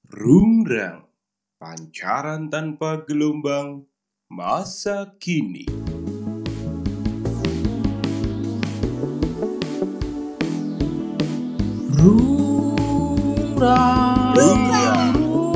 Rungrang, pancaran tanpa gelombang, masa kini. Rungrang, Rungrang,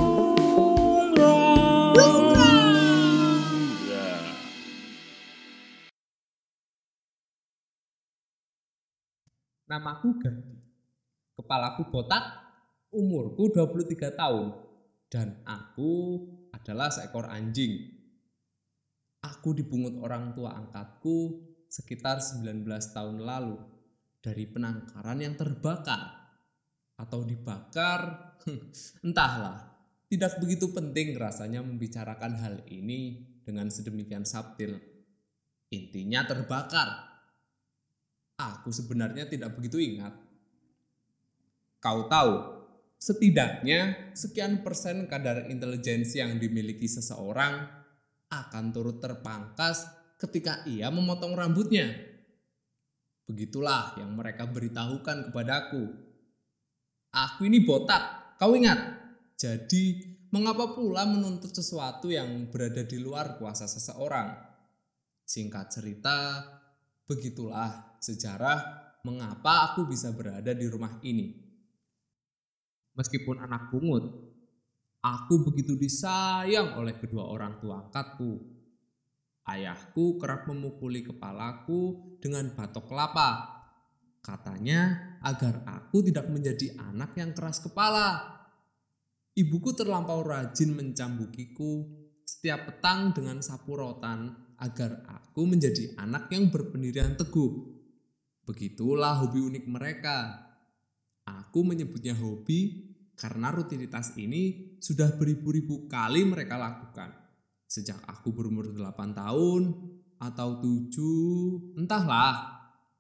Namaku Gandhi. Kepalaku botak, umurku 23 tahun, dan aku adalah seekor anjing. Aku dipungut orang tua angkatku sekitar 19 tahun lalu dari penangkaran yang terbakar atau dibakar. Entahlah, tidak begitu penting rasanya membicarakan hal ini dengan sedemikian subtil. Intinya terbakar. Aku sebenarnya tidak begitu ingat. Kau tahu, setidaknya sekian persen kadar intelijensi yang dimiliki seseorang akan turut terpangkas ketika ia memotong rambutnya. Begitulah yang mereka beritahukan kepadaku. Aku ini botak, kau ingat? Jadi, mengapa pula menuntut sesuatu yang berada di luar kuasa seseorang? Singkat cerita, begitulah sejarah mengapa aku bisa berada di rumah ini. Meskipun anak pungut, aku begitu disayang oleh kedua orang tua angkatku. Ayahku kerap memukuli kepalaku dengan batok kelapa. Katanya agar aku tidak menjadi anak yang keras kepala. Ibuku terlampau rajin mencambukiku setiap petang dengan sapu rotan agar aku menjadi anak yang berpendirian teguh. Begitulah hobi unik mereka. Aku menyebutnya hobi karena rutinitas ini sudah beribu-ribu kali mereka lakukan. Sejak aku berumur 8 tahun atau 7, entahlah.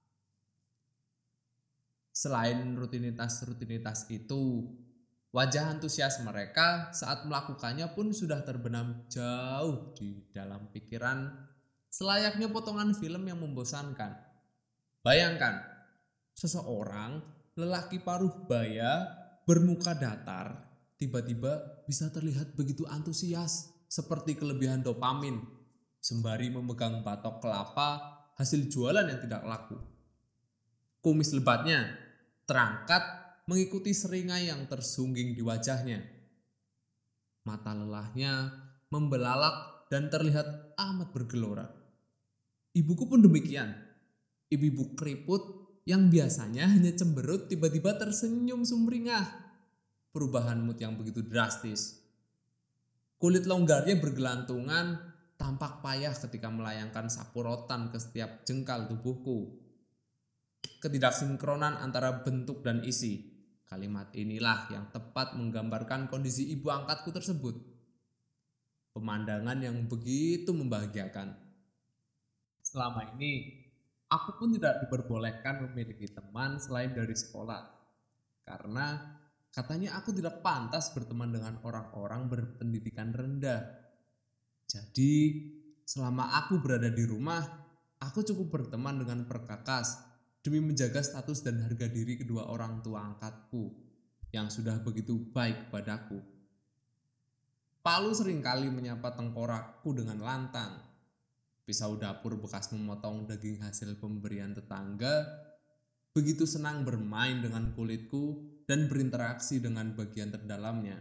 Selain rutinitas-rutinitas itu, wajah antusias mereka saat melakukannya pun sudah terbenam jauh di dalam pikiran, selayaknya potongan film yang membosankan. Bayangkan, seseorang lelaki paruh baya bermuka datar tiba-tiba bisa terlihat begitu antusias seperti kelebihan dopamin sembari memegang batok kelapa hasil jualan yang tidak laku. Kumis lebatnya terangkat mengikuti seringai yang tersungging di wajahnya. Mata lelahnya membelalak dan terlihat amat bergelora. Ibuku pun demikian. Ibu-ibu keriput yang biasanya hanya cemberut tiba-tiba tersenyum sumringah. Perubahan mood yang begitu drastis. Kulit longgarnya bergelantungan, tampak payah ketika melayangkan sapu rotan ke setiap jengkal tubuhku. Ketidaksinkronan antara bentuk dan isi. Kalimat inilah yang tepat menggambarkan kondisi ibu angkatku tersebut. Pemandangan yang begitu membahagiakan. Selama ini, aku pun tidak diperbolehkan memiliki teman selain dari sekolah. Karena katanya aku tidak pantas berteman dengan orang-orang berpendidikan rendah. Jadi, selama aku berada di rumah, aku cukup berteman dengan perkakas demi menjaga status dan harga diri kedua orang tua angkatku yang sudah begitu baik padaku. Palu seringkali menyapa tengkorakku dengan lantang. Pisau dapur bekas memotong daging hasil pemberian tetangga begitu senang bermain dengan kulitku dan berinteraksi dengan bagian terdalamnya.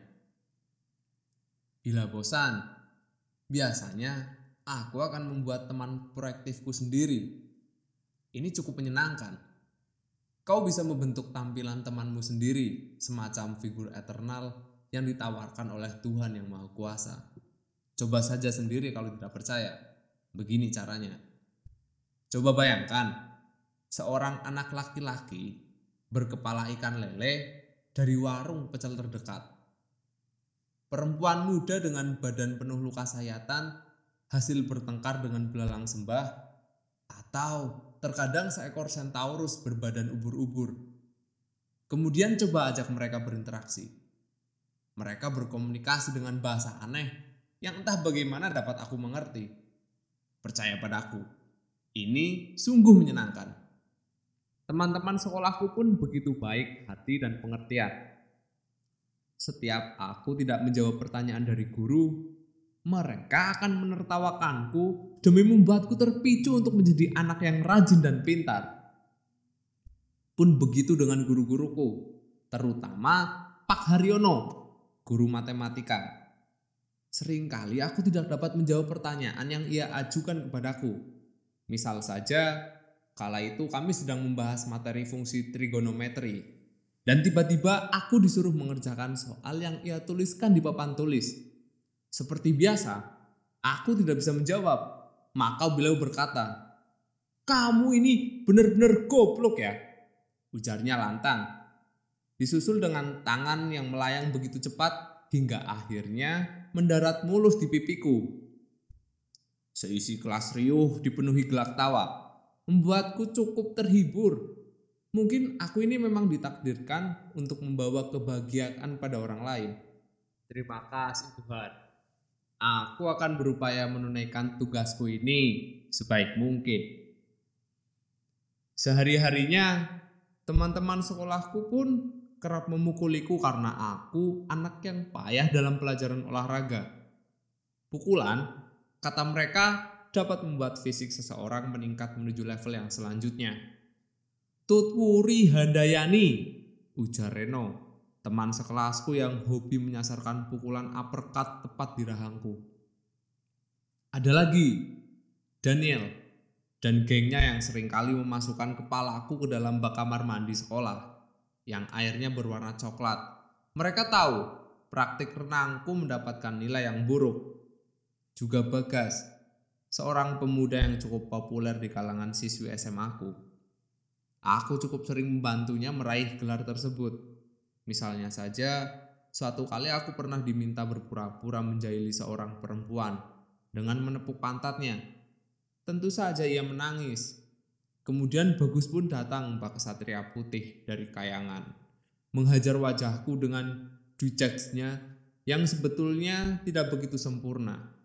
Bila bosan, biasanya aku akan membuat teman proaktifku sendiri. Ini cukup menyenangkan. Kau bisa membentuk tampilan temanmu sendiri, semacam figur eternal yang ditawarkan oleh Tuhan yang Maha Kuasa. Coba saja sendiri kalau tidak percaya. Begini caranya. Coba bayangkan, seorang anak laki-laki berkepala ikan lele dari warung pecel terdekat. Perempuan muda dengan badan penuh luka sayatan hasil bertengkar dengan belalang sembah, atau terkadang seekor centaurus berbadan ubur-ubur. Kemudian coba ajak mereka berinteraksi. Mereka berkomunikasi dengan bahasa aneh yang entah bagaimana dapat aku mengerti. Percaya padaku, ini sungguh menyenangkan. Teman-teman sekolahku pun begitu baik hati dan pengertian. Setiap aku tidak menjawab pertanyaan dari guru, mereka akan menertawakanku demi membuatku terpicu untuk menjadi anak yang rajin dan pintar. Pun begitu dengan guru-guruku, terutama Pak Haryono, guru matematika. Seringkali aku tidak dapat menjawab pertanyaan yang ia ajukan kepadaku. Misal saja, kala itu kami sedang membahas materi fungsi trigonometri. Dan tiba-tiba aku disuruh mengerjakan soal yang ia tuliskan di papan tulis. Seperti biasa, aku tidak bisa menjawab. Maka beliau berkata, "Kamu ini benar-benar goblok ya," ujarnya lantang. Disusul dengan tangan yang melayang begitu cepat hingga akhirnya mendarat mulus di pipiku. Seisi kelas riuh dipenuhi gelak tawa, membuatku cukup terhibur. Mungkin aku ini memang ditakdirkan untuk membawa kebahagiaan pada orang lain. Terima kasih Tuhan. Aku akan berupaya menunaikan tugasku ini sebaik mungkin. Sehari-harinya, teman-teman sekolahku pun kerap memukuliku karena aku anak yang payah dalam pelajaran olahraga. Pukulan, kata mereka, dapat membuat fisik seseorang meningkat menuju level yang selanjutnya. "Tutwuri Handayani," ujar Reno, teman sekelasku yang hobi menyasarkan pukulan uppercut tepat di rahangku. Ada lagi, Daniel, dan gengnya yang seringkali memasukkan kepalaku ke dalam bak kamar mandi sekolah yang airnya berwarna coklat. Mereka tahu praktik renangku mendapatkan nilai yang buruk. Juga Bagas, seorang pemuda yang cukup populer di kalangan siswi SMA-ku. Aku cukup sering membantunya meraih gelar tersebut. Misalnya saja, suatu kali aku pernah diminta berpura-pura menjahili seorang perempuan dengan menepuk pantatnya. Tentu saja ia menangis. Kemudian Bagus pun datang pakai satria putih dari kayangan, menghajar wajahku dengan duceksnya yang sebetulnya tidak begitu sempurna,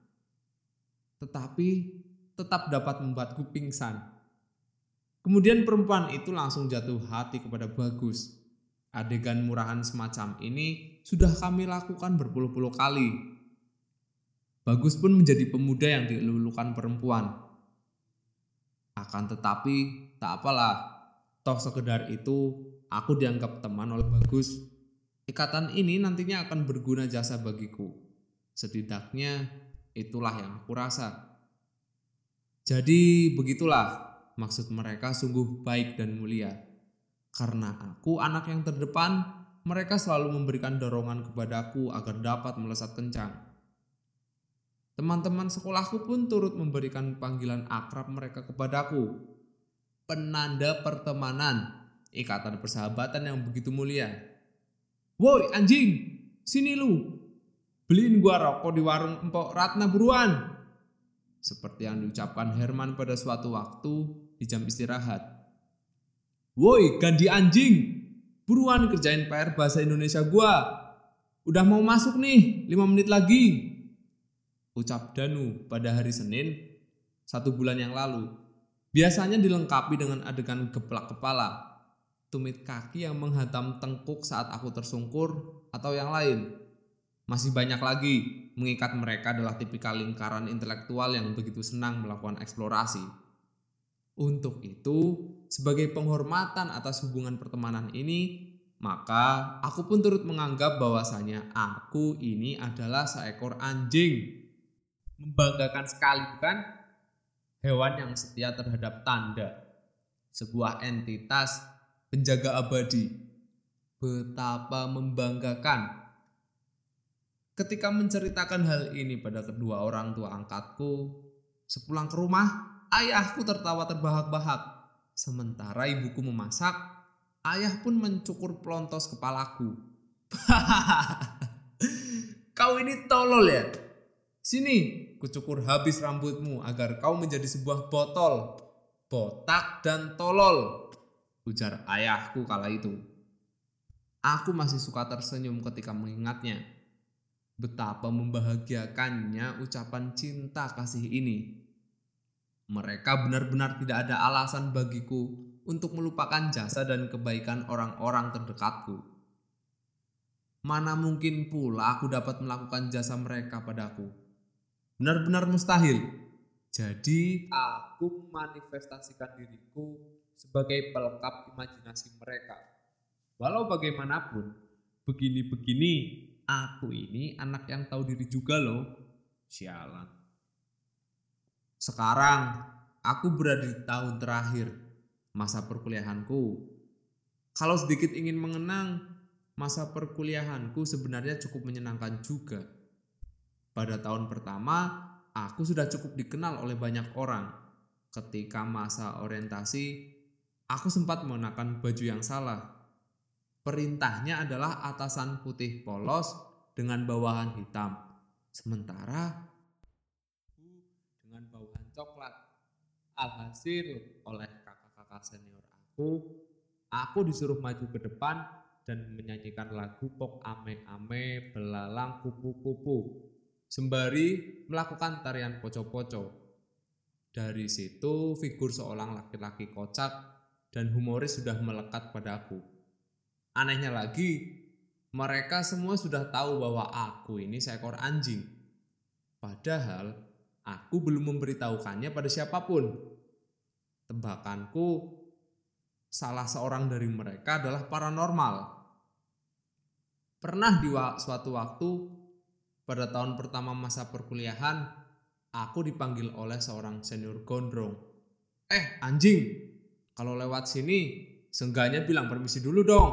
tetapi tetap dapat membuatku pingsan. Kemudian perempuan itu langsung jatuh hati kepada Bagus. Adegan murahan semacam ini sudah kami lakukan berpuluh-puluh kali. Bagus pun menjadi pemuda yang dilulukan perempuan. Akan tetapi, tak apalah, toh sekedar itu aku dianggap teman oleh Bagus. Ikatan ini nantinya akan berguna jasa bagiku. Setidaknya itulah yang aku rasa. Jadi begitulah maksud mereka sungguh baik dan mulia. Karena aku anak yang terdepan, mereka selalu memberikan dorongan kepadaku agar dapat melesat kencang. Teman-teman sekolahku pun turut memberikan panggilan akrab mereka kepadaku. Penanda pertemanan, ikatan persahabatan yang begitu mulia. "Woi anjing, sini lu, beliin gua rokok di warung Empok Ratna buruan," seperti yang diucapkan Herman pada suatu waktu di jam istirahat. "Woi Gandhi anjing, buruan kerjain PR bahasa Indonesia gua. Udah mau masuk nih, 5 menit lagi," ucap Danu pada hari Senin 1 bulan yang lalu. Biasanya dilengkapi dengan adegan geplak kepala, tumit kaki yang menghantam tengkuk saat aku tersungkur, atau yang lain. Masih banyak lagi, mengikat mereka adalah tipikal lingkaran intelektual yang begitu senang melakukan eksplorasi. Untuk itu, sebagai penghormatan atas hubungan pertemanan ini, maka aku pun turut menganggap bahwasanya aku ini adalah seekor anjing. Membanggakan sekali bukan? Hewan yang setia terhadap tanda. Sebuah entitas penjaga abadi. Betapa membanggakan. Ketika menceritakan hal ini pada kedua orang tua angkatku, sepulang ke rumah, ayahku tertawa terbahak-bahak. Sementara ibuku memasak, ayah pun mencukur pelontos kepalaku. "Kau ini tolol ya? Sini, kucukur habis rambutmu agar kau menjadi sebuah botol. Botak dan tolol," ujar ayahku kala itu. Aku masih suka tersenyum ketika mengingatnya. Betapa membahagiakannya ucapan cinta kasih ini. Mereka benar-benar tidak ada alasan bagiku untuk melupakan jasa dan kebaikan orang-orang terdekatku. Mana mungkin pula aku dapat melakukan jasa mereka padaku. Benar-benar mustahil. Jadi aku memanifestasikan diriku sebagai pelengkap imajinasi mereka. Walau bagaimanapun, begini-begini, aku ini anak yang tahu diri juga loh. Sialan. Sekarang, aku berada di tahun terakhir masa perkuliahanku. Kalau sedikit ingin mengenang, masa perkuliahanku sebenarnya cukup menyenangkan juga. Pada tahun pertama, aku sudah cukup dikenal oleh banyak orang. Ketika masa orientasi, aku sempat mengenakan baju yang salah. Perintahnya adalah atasan putih polos dengan bawahan hitam. Sementara dengan bawahan coklat. Alhasil oleh kakak-kakak senior aku disuruh maju ke depan dan menyanyikan lagu pop ame-ame belalang kupu-kupu sembari melakukan tarian poco-poco. Dari situ figur seorang laki-laki kocak dan humoris sudah melekat padaku. Anehnya lagi, mereka semua sudah tahu bahwa aku ini seekor anjing. Padahal aku belum memberitahukannya pada siapapun. Tebakanku, salah seorang dari mereka adalah paranormal. Pernah di suatu waktu, pada tahun pertama masa perkuliahan, aku dipanggil oleh seorang senior gondrong. Anjing, kalau lewat sini, seenggaknya bilang permisi dulu dong.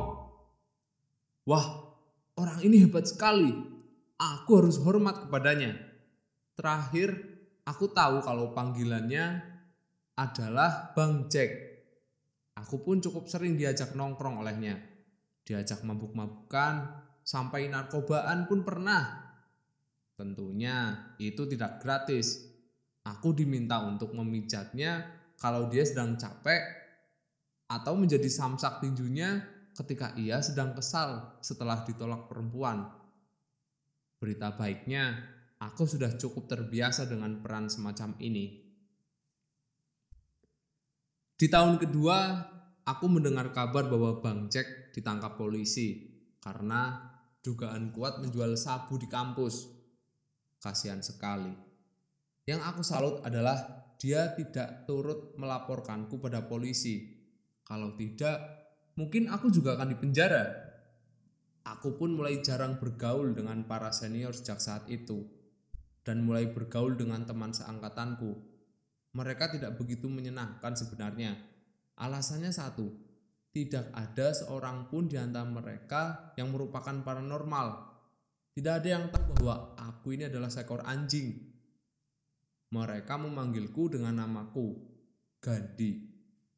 Wah, orang ini hebat sekali. Aku harus hormat kepadanya. Terakhir, aku tahu kalau panggilannya adalah Bang Jack. Aku pun cukup sering diajak nongkrong olehnya. Diajak mabuk-mabukan, sampai narkobaan pun pernah. Tentunya itu tidak gratis. Aku diminta untuk memijatnya kalau dia sedang capek atau menjadi samsak tinjunya ketika ia sedang kesal setelah ditolak perempuan. Berita baiknya, aku sudah cukup terbiasa dengan peran semacam ini. Di tahun kedua, aku mendengar kabar bahwa Bang Jack ditangkap polisi karena dugaan kuat menjual sabu di kampus. Kasihan sekali. Yang aku salut adalah dia tidak turut melaporkanku pada polisi. Kalau tidak, mungkin aku juga akan dipenjara. Aku pun mulai jarang bergaul dengan para senior sejak saat itu dan mulai bergaul dengan teman seangkatanku. Mereka tidak begitu menyenangkan sebenarnya. Alasannya satu, tidak ada seorang pun di antara mereka yang merupakan paranormal. Tidak ada yang tahu bahwa aku ini adalah seekor anjing. Mereka memanggilku dengan namaku, Gandhi.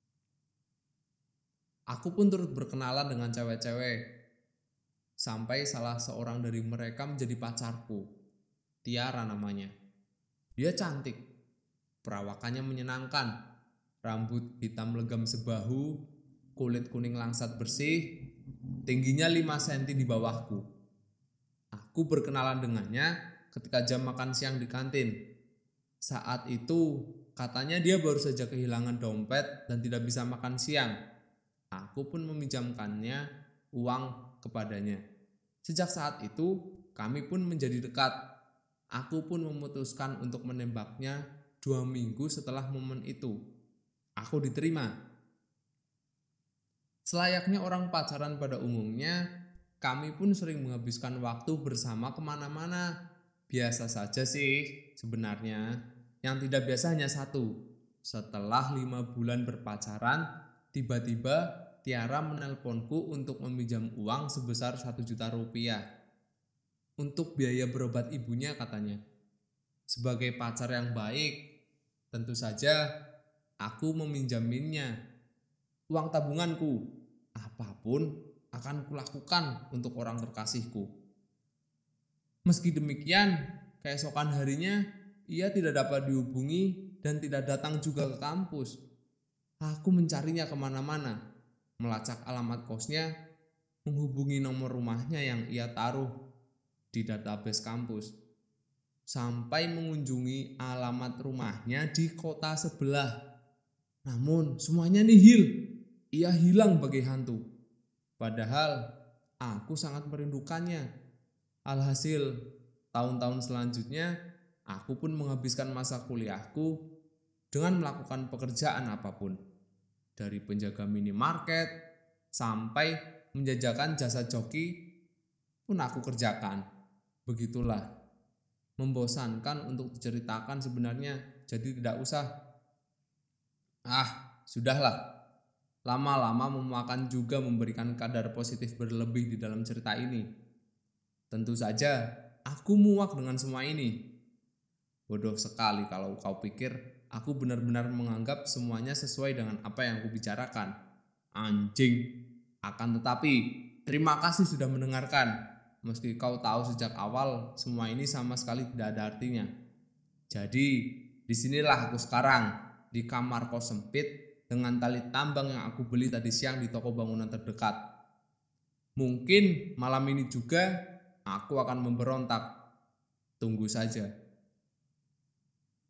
Aku pun turut berkenalan dengan cewek-cewek. Sampai salah seorang dari mereka menjadi pacarku. Tiara namanya. Dia cantik. Perawakannya menyenangkan. Rambut hitam legam sebahu, kulit kuning langsat bersih, tingginya 5 cm di bawahku. Aku berkenalan dengannya ketika jam makan siang di kantin. Saat itu katanya dia baru saja kehilangan dompet dan tidak bisa makan siang. Aku pun meminjamkannya uang kepadanya. Sejak saat itu kami pun menjadi dekat. Aku pun memutuskan untuk menembaknya 2 minggu setelah momen itu. Aku diterima. Selayaknya orang pacaran pada umumnya, kami pun sering menghabiskan waktu bersama kemana-mana. Biasa saja sih sebenarnya. Yang tidak biasa hanya satu. Setelah 5 bulan berpacaran, tiba-tiba Tiara menelponku untuk meminjam uang sebesar 1 juta rupiah. Untuk biaya berobat ibunya katanya. Sebagai pacar yang baik, tentu saja aku meminjaminnya. Uang tabunganku, apapun akan kulakukan untuk orang terkasihku. Meski demikian, keesokan harinya ia tidak dapat dihubungi dan tidak datang juga ke kampus. Aku mencarinya kemana-mana, melacak alamat kosnya, menghubungi nomor rumahnya yang ia taruh di database kampus, sampai mengunjungi alamat rumahnya di kota sebelah. Namun semuanya nihil, ia hilang bagai hantu. Padahal Aku sangat merindukannya. Alhasil, tahun-tahun selanjutnya, aku pun menghabiskan masa kuliahku dengan melakukan pekerjaan apapun. Dari penjaga minimarket sampai menjajakan jasa joki pun aku kerjakan. Begitulah, membosankan untuk diceritakan sebenarnya, jadi tidak usah. Sudahlah. Lama-lama memakan juga memberikan kadar positif berlebih di dalam cerita ini. Tentu saja, aku muak dengan semua ini. Bodoh sekali kalau kau pikir aku benar-benar menganggap semuanya sesuai dengan apa yang aku bicarakan. Anjing. Akan tetapi, terima kasih sudah mendengarkan. Meski kau tahu sejak awal semua ini sama sekali tidak ada artinya. Jadi, disinilah aku sekarang, di kamar kos sempit dengan tali tambang yang aku beli tadi siang di toko bangunan terdekat. Mungkin malam ini juga aku akan memberontak. Tunggu saja.